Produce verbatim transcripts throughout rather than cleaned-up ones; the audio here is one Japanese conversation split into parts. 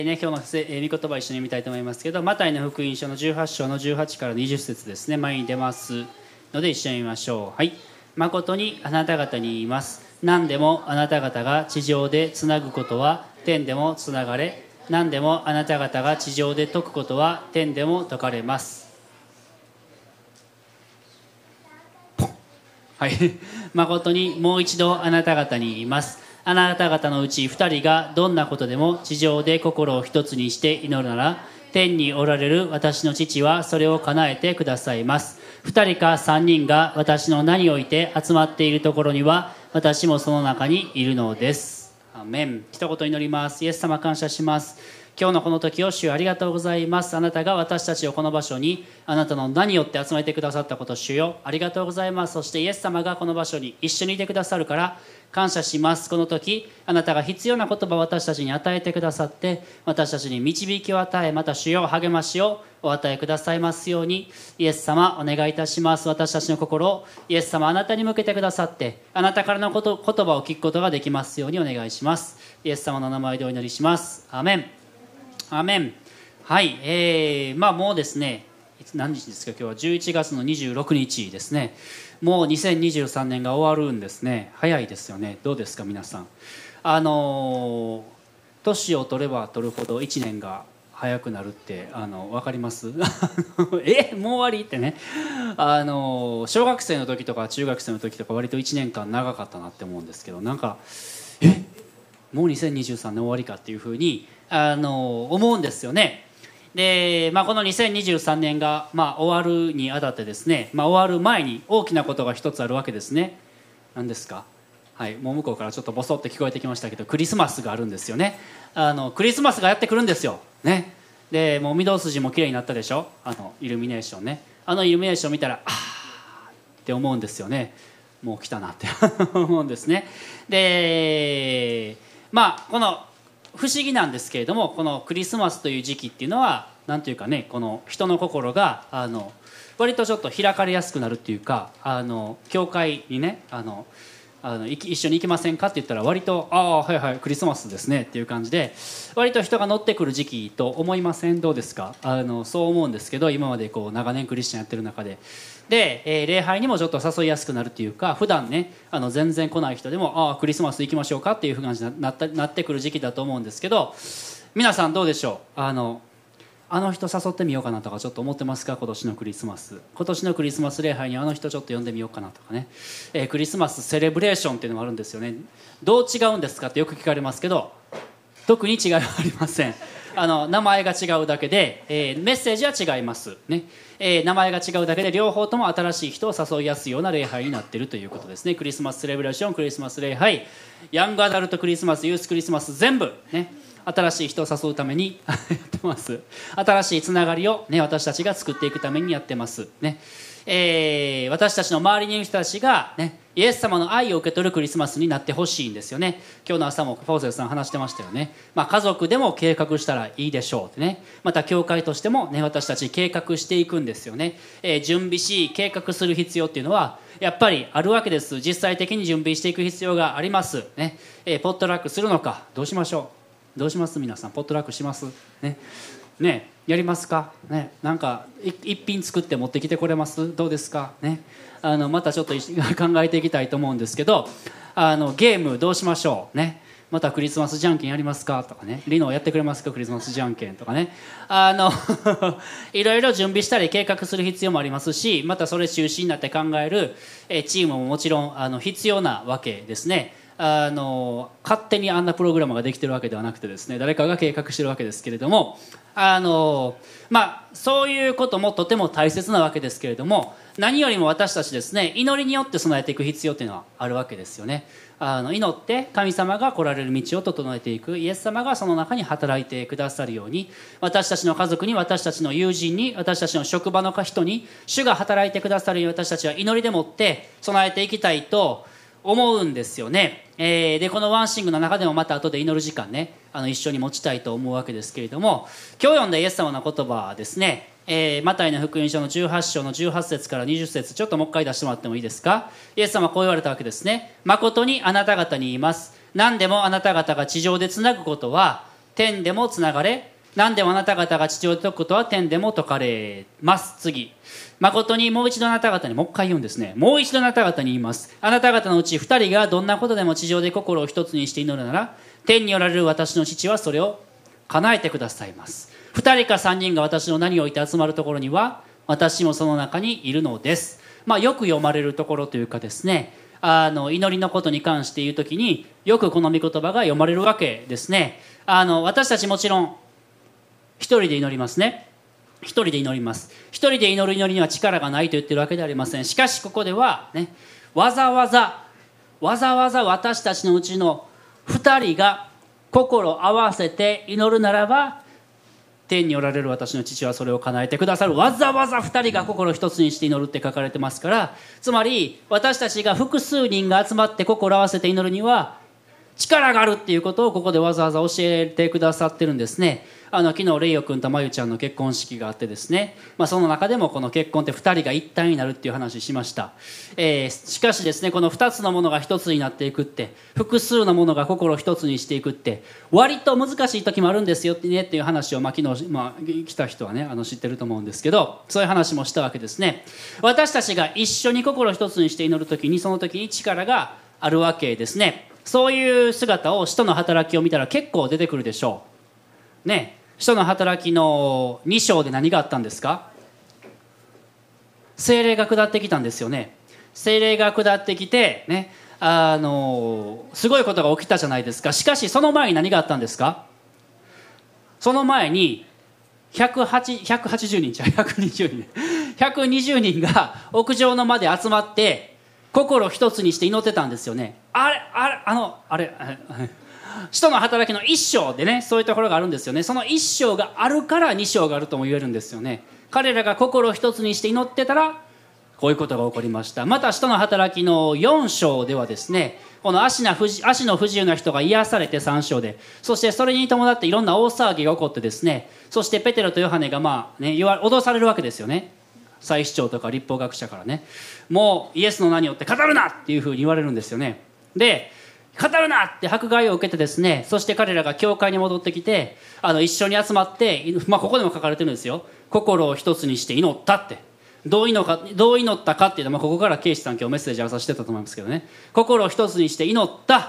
ね、今日のせ、えー、御言葉を一緒に見たいと思いますけど、マタイの福音書のじゅうはち章のじゅうはちからにじゅっ節ですね、前に出ますので一緒に見ましょう。はい。誠にあなた方に言います。何でもあなた方が地上でつなぐことは天でもつながれ、何でもあなた方が地上で解くことは天でも解かれます。はい。誠にもう一度あなた方に言います。あなた方のうち二人がどんなことでも地上で心を一つにして祈るなら、天におられる私の父はそれを叶えてくださいます。二人か三人が私の名において集まっているところには、私もその中にいるのです。アメン。一言祈ります。イエス様、感謝します。今日のこの時を主よ、ありがとうございます。あなたが私たちをこの場所にあなたの名によって集めてくださったこと、主よ、ありがとうございます。そしてイエス様がこの場所に一緒にいてくださるから感謝します。この時あなたが必要な言葉を私たちに与えてくださって、私たちに導きを与え、また主よ、励ましをお与えくださいますように、イエス様お願いいたします。私たちの心をイエス様あなたに向けてくださって、あなたからのこと言葉を聞くことができますようにお願いします。イエス様の名前でお祈りします。アーメン。アーメン。はい、えー、まあもうですね、何日ですか、今日はじゅういちがつのにじゅうろくにちですね。もうにせんにじゅうさんねんが終わるんですね。早いですよね。どうですか皆さん。あの年を取れば取るほどいちねんが早くなるってあの分かりますえもう終わりってね。あの小学生の時とか中学生の時とか割といちねんかん長かったなって思うんですけど、なんかえもうにせんにじゅうさんねん終わりかっていうふうにあの思うんですよね。で、まあ、このにせんにじゅうさんねんが、まあ、終わるにあたってですね、まあ、終わる前に大きなことが一つあるわけですね。何ですか？はい、もう向こうからちょっとボソって聞こえてきましたけど、クリスマスがあるんですよね。あのクリスマスがやってくるんですよ、ね、でもう御堂筋も綺麗になったでしょ、あのイルミネーションね。あのイルミネーション見たらあーって思うんですよね。もう来たなって思うんですね。でまあこの不思議なんですけれども、このクリスマスという時期っていうのはなんというかね、この人の心があの割とちょっと開かれやすくなるっていうか、あの教会にねあのあの一緒に行きませんかって言ったら割とああはいはいクリスマスですねっていう感じで割と人が乗ってくる時期と思いません？どうですか？あのそう思うんですけど、今までこう長年クリスチャンやってる中でで、えー、礼拝にもちょっと誘いやすくなるっていうか、普段ねあの全然来ない人でもああクリスマス行きましょうかっていう感じになったなってくる時期だと思うんですけど、皆さんどうでしょう？あのあの人誘ってみようかなとかちょっと思ってますか？今年のクリスマス今年のクリスマス礼拝にあの人ちょっと呼んでみようかなとかね、えー、クリスマスセレブレーションっていうのもあるんですよね。どう違うんですかってよく聞かれますけど、特に違いはありません。あの名前が違うだけで、えー、メッセージは違いますね、えー、名前が違うだけで両方とも新しい人を誘いやすいような礼拝になっているということですね。クリスマスセレブレーション、クリスマス礼拝、ヤングアダルトクリスマス、ユースクリスマス、全部ね新しい人を誘うためにやってます。新しいつながりを、ね、私たちが作っていくためにやってますね。えー、私たちの周りにいる人たちが、ね、イエス様の愛を受け取るクリスマスになってほしいんですよね。今日の朝もフォーセルさん話してましたよね。まあ、家族でも計画したらいいでしょうってね。また教会としても、ね、私たち計画していくんですよね。えー、準備し計画する必要っていうのはやっぱりあるわけです。実際的に準備していく必要があります、ね。えー、ポットラックするのかどうしましょう？どうします？皆さんポットラックします？ねねやりますか、ね、なんか一品作って持ってきてくれます？どうですか、ね、あのまたちょっと考えていきたいと思うんですけど、あのゲームどうしましょう、ね、またクリスマスじゃんけんやりますかとかね、リノやってくれますかクリスマスじゃんけんとかね、あのいろいろ準備したり計画する必要もありますし、またそれ中心になって考えるチームももちろんあの必要なわけですね。あの勝手にあんなプログラムができてるわけではなくてですね、誰かが計画してるわけですけれども、あの、まあ、そういうこともとても大切なわけですけれども、何よりも私たちですね、祈りによって備えていく必要というのはあるわけですよね。あの祈って神様が来られる道を整えていく、イエス様がその中に働いてくださるように、私たちの家族に、私たちの友人に、私たちの職場の人に主が働いてくださるように、私たちは祈りでもって備えていきたいと思うんですよね。えー、でこのワンシングの中でもまた後で祈る時間ねあの一緒に持ちたいと思うわけですけれども、今日読んだイエス様の言葉はですね、えー、マタイの福音書のじゅうはち章のじゅうはち節からにじゅう節、ちょっともう一回出してもらってもいいですか。イエス様はこう言われたわけですね。誠にあなた方に言います。何でもあなた方が地上でつなぐことは天でもつながれ、何でもあなた方が地上で解くことは天でも解かれます。次、誠にもう一度あなた方に、もう一回言うんですね。もう一度あなた方に言います。あなた方のうち二人がどんなことでも地上で心を一つにして祈るなら、天におられる私の父はそれを叶えてくださいます。二人か三人が私の名において集まるところには、私もその中にいるのです。まあ、よく読まれるところというかですね、あの祈りのことに関して言うときによくこの御言葉が読まれるわけですね。あの私たちもちろん一人で祈りますね。一人で祈ります。一人で祈る祈りには力がないと言ってるわけではありません。しかしここではね、わざわざわざわざ私たちのうちの二人が心を合わせて祈るならば、天におられる私の父はそれを叶えてくださる。わざわざ二人が心を一つにして祈るって書かれてますから、つまり私たちが複数人が集まって心を合わせて祈るには力があるっていうことをここでわざわざ教えてくださってるんですね。あの昨日レイヨ君とまゆちゃんの結婚式があってですね、まあ、その中でもこの結婚ってふたりが一体になるっていう話しました、えー、しかしですね、このふたつのものが一つになっていくって、複数のものが心を一つにしていくって割と難しい時もあるんですよってねっていう話を、まあ、昨日、まあ、来た人はねあの知ってると思うんですけど、そういう話もしたわけですね。私たちが一緒に心を一つにして祈る時に、その時に力があるわけですね。そういう姿を使徒の働きを見たら結構出てくるでしょうね。使徒の働きのに章で何があったんですか？聖霊が下ってきたんですよね。聖霊が下ってきて、ね、あのすごいことが起きたじゃないですか。しかしその前に何があったんですか？その前にひゃくはちじゅうにんじゃひゃくにじゅうにんひゃくにじゅうにんが屋上の間で集まって心を一つにして祈ってたんですよね。あれあれあのあれ使徒の働きの一章でね、そういうところがあるんですよね。その一章があるから二章があるとも言えるんですよね。彼らが心を一つにして祈ってたらこういうことが起こりました。また使徒の働きのよん章ではですね、この足の不自、足の不自由な人が癒されてさん章で、そしてそれに伴っていろんな大騒ぎが起こってですね、そしてペテロとヨハネがまあね脅されるわけですよね。祭司長とか律法学者からね、もうイエスの名によって語るなっていうふうに言われるんですよね。で語るなって迫害を受けてですね、そして彼らが教会に戻ってきて、あの一緒に集まって、まあ、ここでも書かれてるんですよ。心を一つにして祈ったって、どう祈かどう祈ったかっていうのは、まあ、ここからケイシさん今日メッセージ朝してたと思いますけどね、心を一つにして祈った、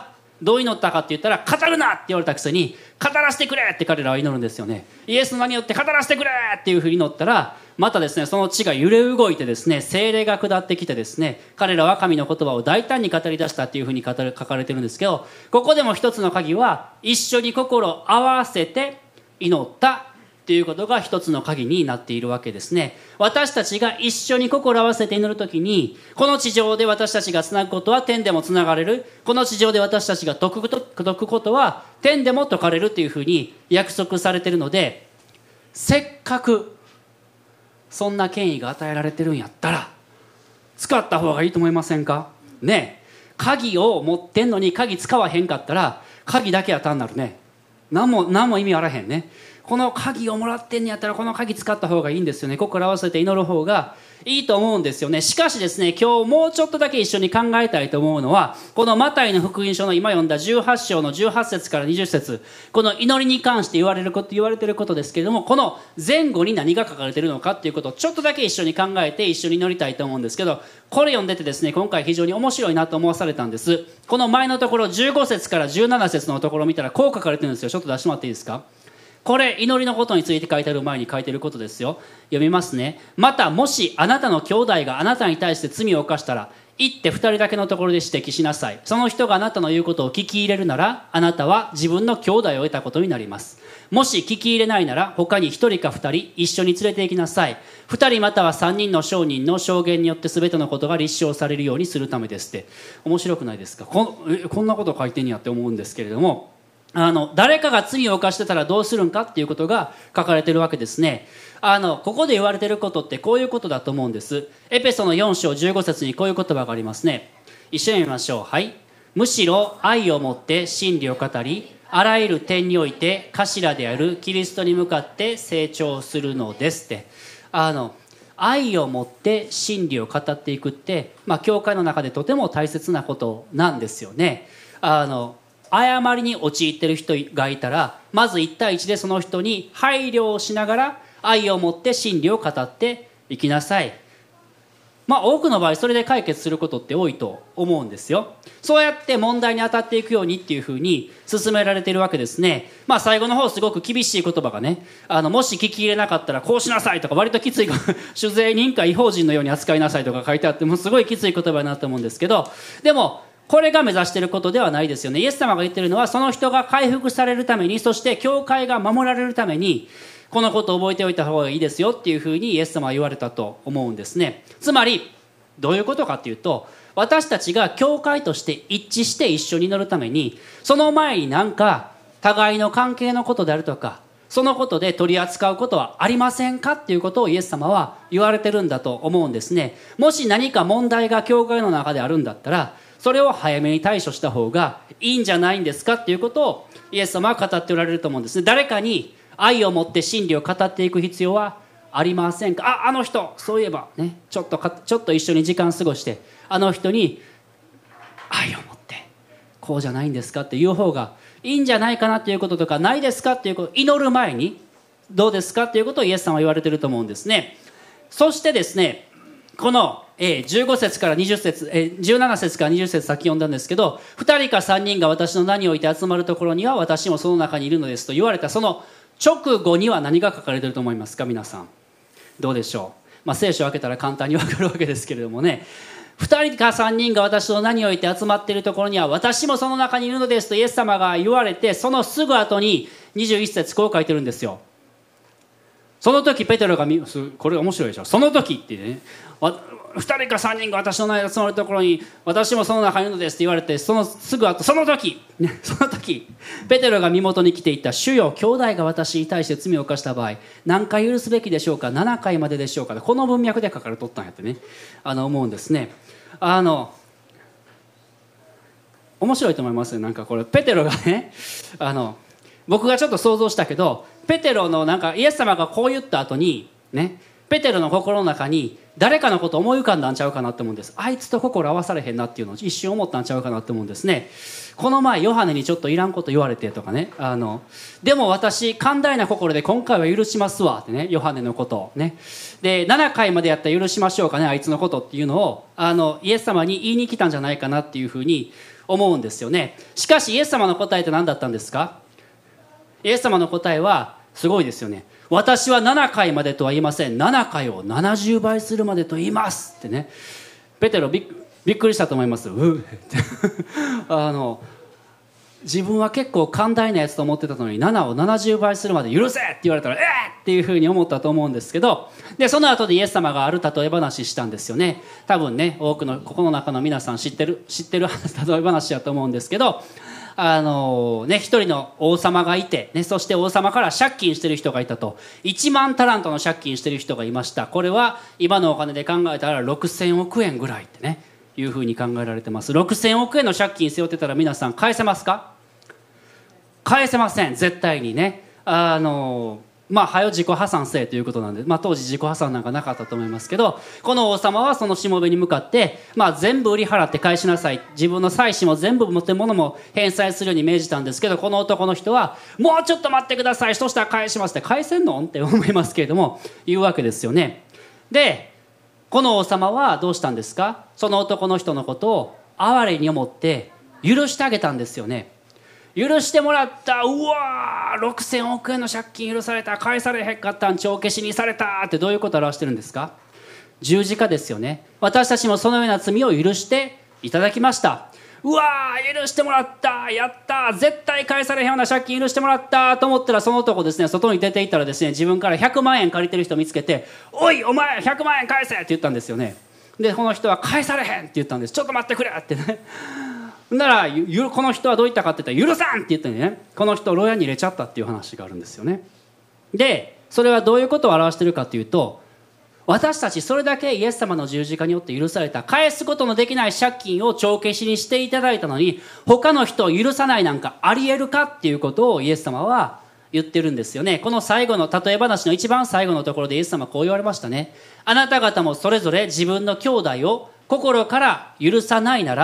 どう祈ったかって言ったら語るなって言われたくせに語らせてくれって彼らは祈るんですよね。イエスの名によって語らせてくれっていうふうに祈ったら、またですねその地が揺れ動いてですね、聖霊が下ってきてですね、彼らは神の言葉を大胆に語り出したっていうふうに語る書かれてるんですけど、ここでも一つの鍵は一緒に心を合わせて祈ったということが一つの鍵になっているわけですね。私たちが一緒に心を合わせて祈るときに、この地上で私たちがつなぐことは天でもつながれる、この地上で私たちが解くことは天でも解かれるというふうに約束されているので、せっかくそんな権威が与えられてるんやったら使った方がいいと思いませんかね。鍵を持ってんのに鍵使わへんかったら鍵だけは単なるね、何も何も意味あらへんね。この鍵をもらってんのやったらこの鍵使った方がいいんですよね。心合わせて祈る方がいいと思うんですよね。しかしですね、今日もうちょっとだけ一緒に考えたいと思うのは、このマタイの福音書の今読んだじゅうはち章のじゅうはち節からにじゅう節、この祈りに関して言われること言われていることですけれども、この前後に何が書かれているのかっていうことをちょっとだけ一緒に考えて一緒に祈りたいと思うんですけど、これ読んでてですね、今回非常に面白いなと思わされたんです。この前のところじゅうご節からじゅうなな節のところを見たらこう書かれてるんですよ。ちょっと出してもらっていいですか。これ祈りのことについて書いてある前に書いてあることですよ。読みますね。またもしあなたの兄弟があなたに対して罪を犯したら、行って二人だけのところで指摘しなさい。その人があなたの言うことを聞き入れるなら、あなたは自分の兄弟を得たことになります。もし聞き入れないなら、他に一人か二人一緒に連れて行きなさい。二人または三人の証人の証言によって全てのことが立証されるようにするためですって。面白くないですか。こん、えこんなこと書いてんやって思うんですけれども、あの誰かが罪を犯してたらどうするんかっていうことが書かれてるわけですね。あのここで言われてることってこういうことだと思うんです。エペソのよん章じゅうご節にこういう言葉がありますね。一緒に見ましょう。はい。むしろ愛をもって真理を語り、あらゆる点において頭であるキリストに向かって成長するのですって。あの愛をもって真理を語っていくって、まあ、教会の中でとても大切なことなんですよね。あの誤りに陥っている人がいたら、まずいち対いちでその人に配慮をしながら愛を持って真理を語っていきなさい。まあ多くの場合それで解決することって多いと思うんですよ。そうやって問題に当たっていくようにっていうふうに進められているわけですね。まあ最後の方すごく厳しい言葉がね、あのもし聞き入れなかったらこうしなさいとか、割ときつい酒税人か違法人のように扱いなさいとか書いてあって、もうすごいきつい言葉になると思うんですけど、でもこれが目指していることではないですよね。イエス様が言っているのは、その人が回復されるために、そして教会が守られるために、このことを覚えておいた方がいいですよっていうふうにイエス様は言われたと思うんですね。つまりどういうことかというと、私たちが教会として一致して一緒に祈るために、その前に何か互いの関係のことであるとか、そのことで取り扱うことはありませんかっていうことをイエス様は言われてるんだと思うんですね。もし何か問題が教会の中であるんだったら、それを早めに対処した方がいいんじゃないんですかっていうことをイエス様は語っておられると思うんですね。誰かに愛を持って真理を語っていく必要はありませんか。あ、あの人そういえばね、ちょっとかちょっと一緒に時間過ごして、あの人に愛を持ってこうじゃないんですかっていう方がいいんじゃないかなっていうこととか、ないですかっていうこと、祈る前にどうですかっていうことをイエス様は言われていると思うんですね。そしてですね、このじゅうご節からにじゅう節、じゅうなな節からにじゅう節先読んだんですけど、ふたりかさんにんが私の名において集まるところには私もその中にいるのですと言われた、その直後には何が書かれていると思いますか。皆さんどうでしょう。まあ、聖書を開けたら簡単に分かるわけですけれどもね、ふたりかさんにんが私の名において集まっているところには私もその中にいるのですとイエス様が言われて、そのすぐ後ににじゅういち節こう書いてるんですよ。その時ペテロが見、これ面白いでしょ。その時ってね、ふたりかさんにんが私の名に集まるところに私もその中にいるのですって言われて、そのすぐ後、その時、ね、その時ペテロが身元に来ていた、主よ兄弟が私に対して罪を犯した場合何回許すべきでしょうか、ななかいまででしょうか、この文脈で書かれとったんやってね、あの思うんですね。あの面白いと思いますよ。なんかこれペテロがね、あの僕がちょっと想像したけど、ペテロのなんかイエス様がこう言った後にね、ペテロの心の中に誰かのことを思い浮かんだんちゃうかなって思うんです。あいつと心合わされへんなっていうのを一瞬思ったんちゃうかなって思うんですね。この前ヨハネにちょっといらんこと言われてとかね、あのでも私寛大な心で今回は許しますわってね、ヨハネのことをね、でななかいまでやったら許しましょうかね、あいつのことっていうのをあのイエス様に言いに来たんじゃないかなっていうふうに思うんですよね。しかしイエス様の答えって何だったんですか。イエス様の答えはすごいですよね。私はななかいまでとは言いません、ななかいをななじゅうばいするまでと言いますってね。ペテロ びっ, びっくりしたと思います。うってあの自分は結構寛大なやつと思ってたのにななをななじゅうばいするまで許せって言われたらえーっていうふうに思ったと思うんですけど、でその後でイエス様がある例え話したんですよね。多分ね、多くのここの中の皆さん知ってる知ってる例え話だと思うんですけど、あのね、一人の王様がいて、ね、そして王様から借金してる人がいたと。いちまんタラントの借金してる人がいました。これは今のお金で考えたらろくせんおくえんぐらいってね、いうふうに考えられてます。ろくせんおくえんの借金背負ってたら皆さん返せますか。返せません、絶対にね。あのまあ早自己破産せえということなんで、まあ、当時自己破産なんかなかったと思いますけど、この王様はそのしもべに向かって、まあ、全部売り払って返しなさい、自分の妻子も全部持ってるものも返済するように命じたんですけど、この男の人はもうちょっと待ってください、そしたら返しますって、返せんのって思いますけれども言うわけですよね。でこの王様はどうしたんですか。その男の人のことを哀れに思って許してあげたんですよね。許してもらった、うわーろくせんおくえんの借金許された、返されへんかったん帳消しにされたってどういうことを表してるんですか。十字架ですよね。私たちもそのような罪を許していただきました。うわー許してもらった、やった絶対返されへんような借金許してもらったと思ったら、その男ですね、外に出ていったらですね、自分からひゃくまんえん借りてる人見つけて、おいお前ひゃくまんえん返せって言ったんですよね。でこの人は返されへんって言ったんです。ちょっと待ってくれってね。ならこの人はどういったかって言ったら、許さんって言ってね、この人を牢屋に入れちゃったっていう話があるんですよね。でそれはどういうことを表しているかというと、私たちそれだけイエス様の十字架によって許された、返すことのできない借金を帳消しにしていただいたのに、他の人を許さないなんかありえるかっていうことをイエス様は言ってるんですよね。この最後の例え話の一番最後のところでイエス様はこう言われましたね。あなた方もそれぞれ自分の兄弟を心から許さないなら、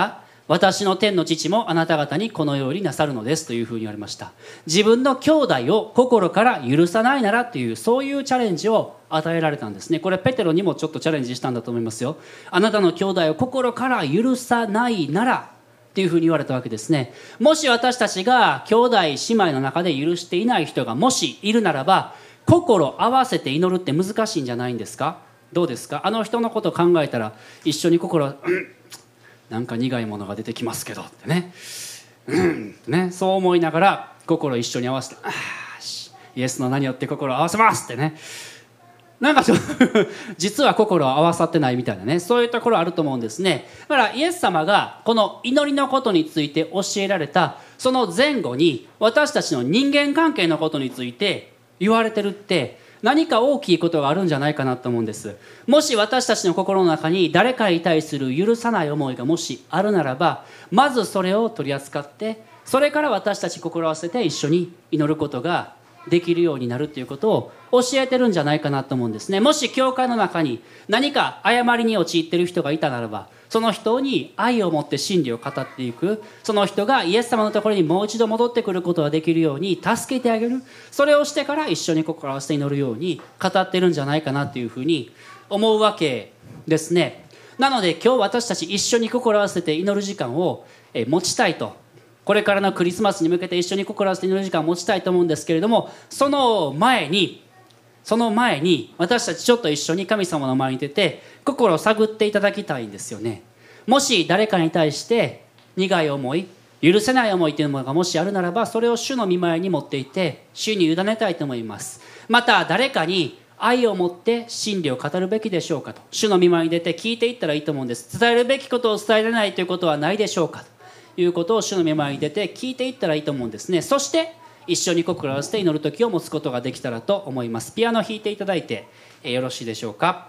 私の天の父もあなた方にこのようになさるのですというふうに言われました。自分の兄弟を心から許さないならという、そういうチャレンジを与えられたんですね。これペテロにもちょっとチャレンジしたんだと思いますよ。あなたの兄弟を心から許さないならっていうふうに言われたわけですね。もし私たちが兄弟姉妹の中で許していない人がもしいるならば、心合わせて祈るって難しいんじゃないんですか？どうですか？あの人のことを考えたら一緒に心、うん、なんか苦いものが出てきますけどってね、うんね、そう思いながら心を一緒に合わせて、あイエスの名によって心を合わせますってね、なんかちょっと実は心を合わさってないみたいなね、そういうところあると思うんですね。だからイエス様がこの祈りのことについて教えられたその前後に、私たちの人間関係のことについて言われてるって、何か大きいことがあるんじゃないかなと思うんです。もし私たちの心の中に誰かに対する許さない思いがもしあるならば、まずそれを取り扱って、それから私たち心を合わせて一緒に祈ることができるようになるということを教えてるんじゃないかなと思うんですね。もし教会の中に何か誤りに陥っている人がいたならば、その人に愛を持って真理を語っていく、その人がイエス様のところにもう一度戻ってくることができるように助けてあげる、それをしてから一緒に心を合わせて祈るように語ってるんじゃないかなというふうに思うわけですね。なので今日私たち一緒に心を合わせて祈る時間を持ちたいと、これからのクリスマスに向けて一緒に心を合わせて祈る時間を持ちたいと思うんですけれども、その前にその前に私たちちょっと一緒に神様の前に出て心を探っていただきたいんですよね。もし誰かに対して苦い思い、許せない思いというものがもしあるならば、それを主の御前に持っていって主に委ねたいと思います。また誰かに愛を持って真理を語るべきでしょうかと、主の御前に出て聞いていったらいいと思うんです。伝えるべきことを伝えられないということはないでしょうかということを主の御前に出て聞いていったらいいと思うんですね。そして一緒に心を合わせて祈る時を持つことができたらと思います。ピアノを弾いていただいて、えー、よろしいでしょうか。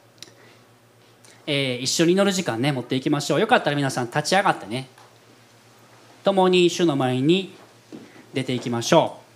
えー、一緒に祈る時間ね持っていきましょう。よかったら皆さん立ち上がってね、共に主の前に出ていきましょう。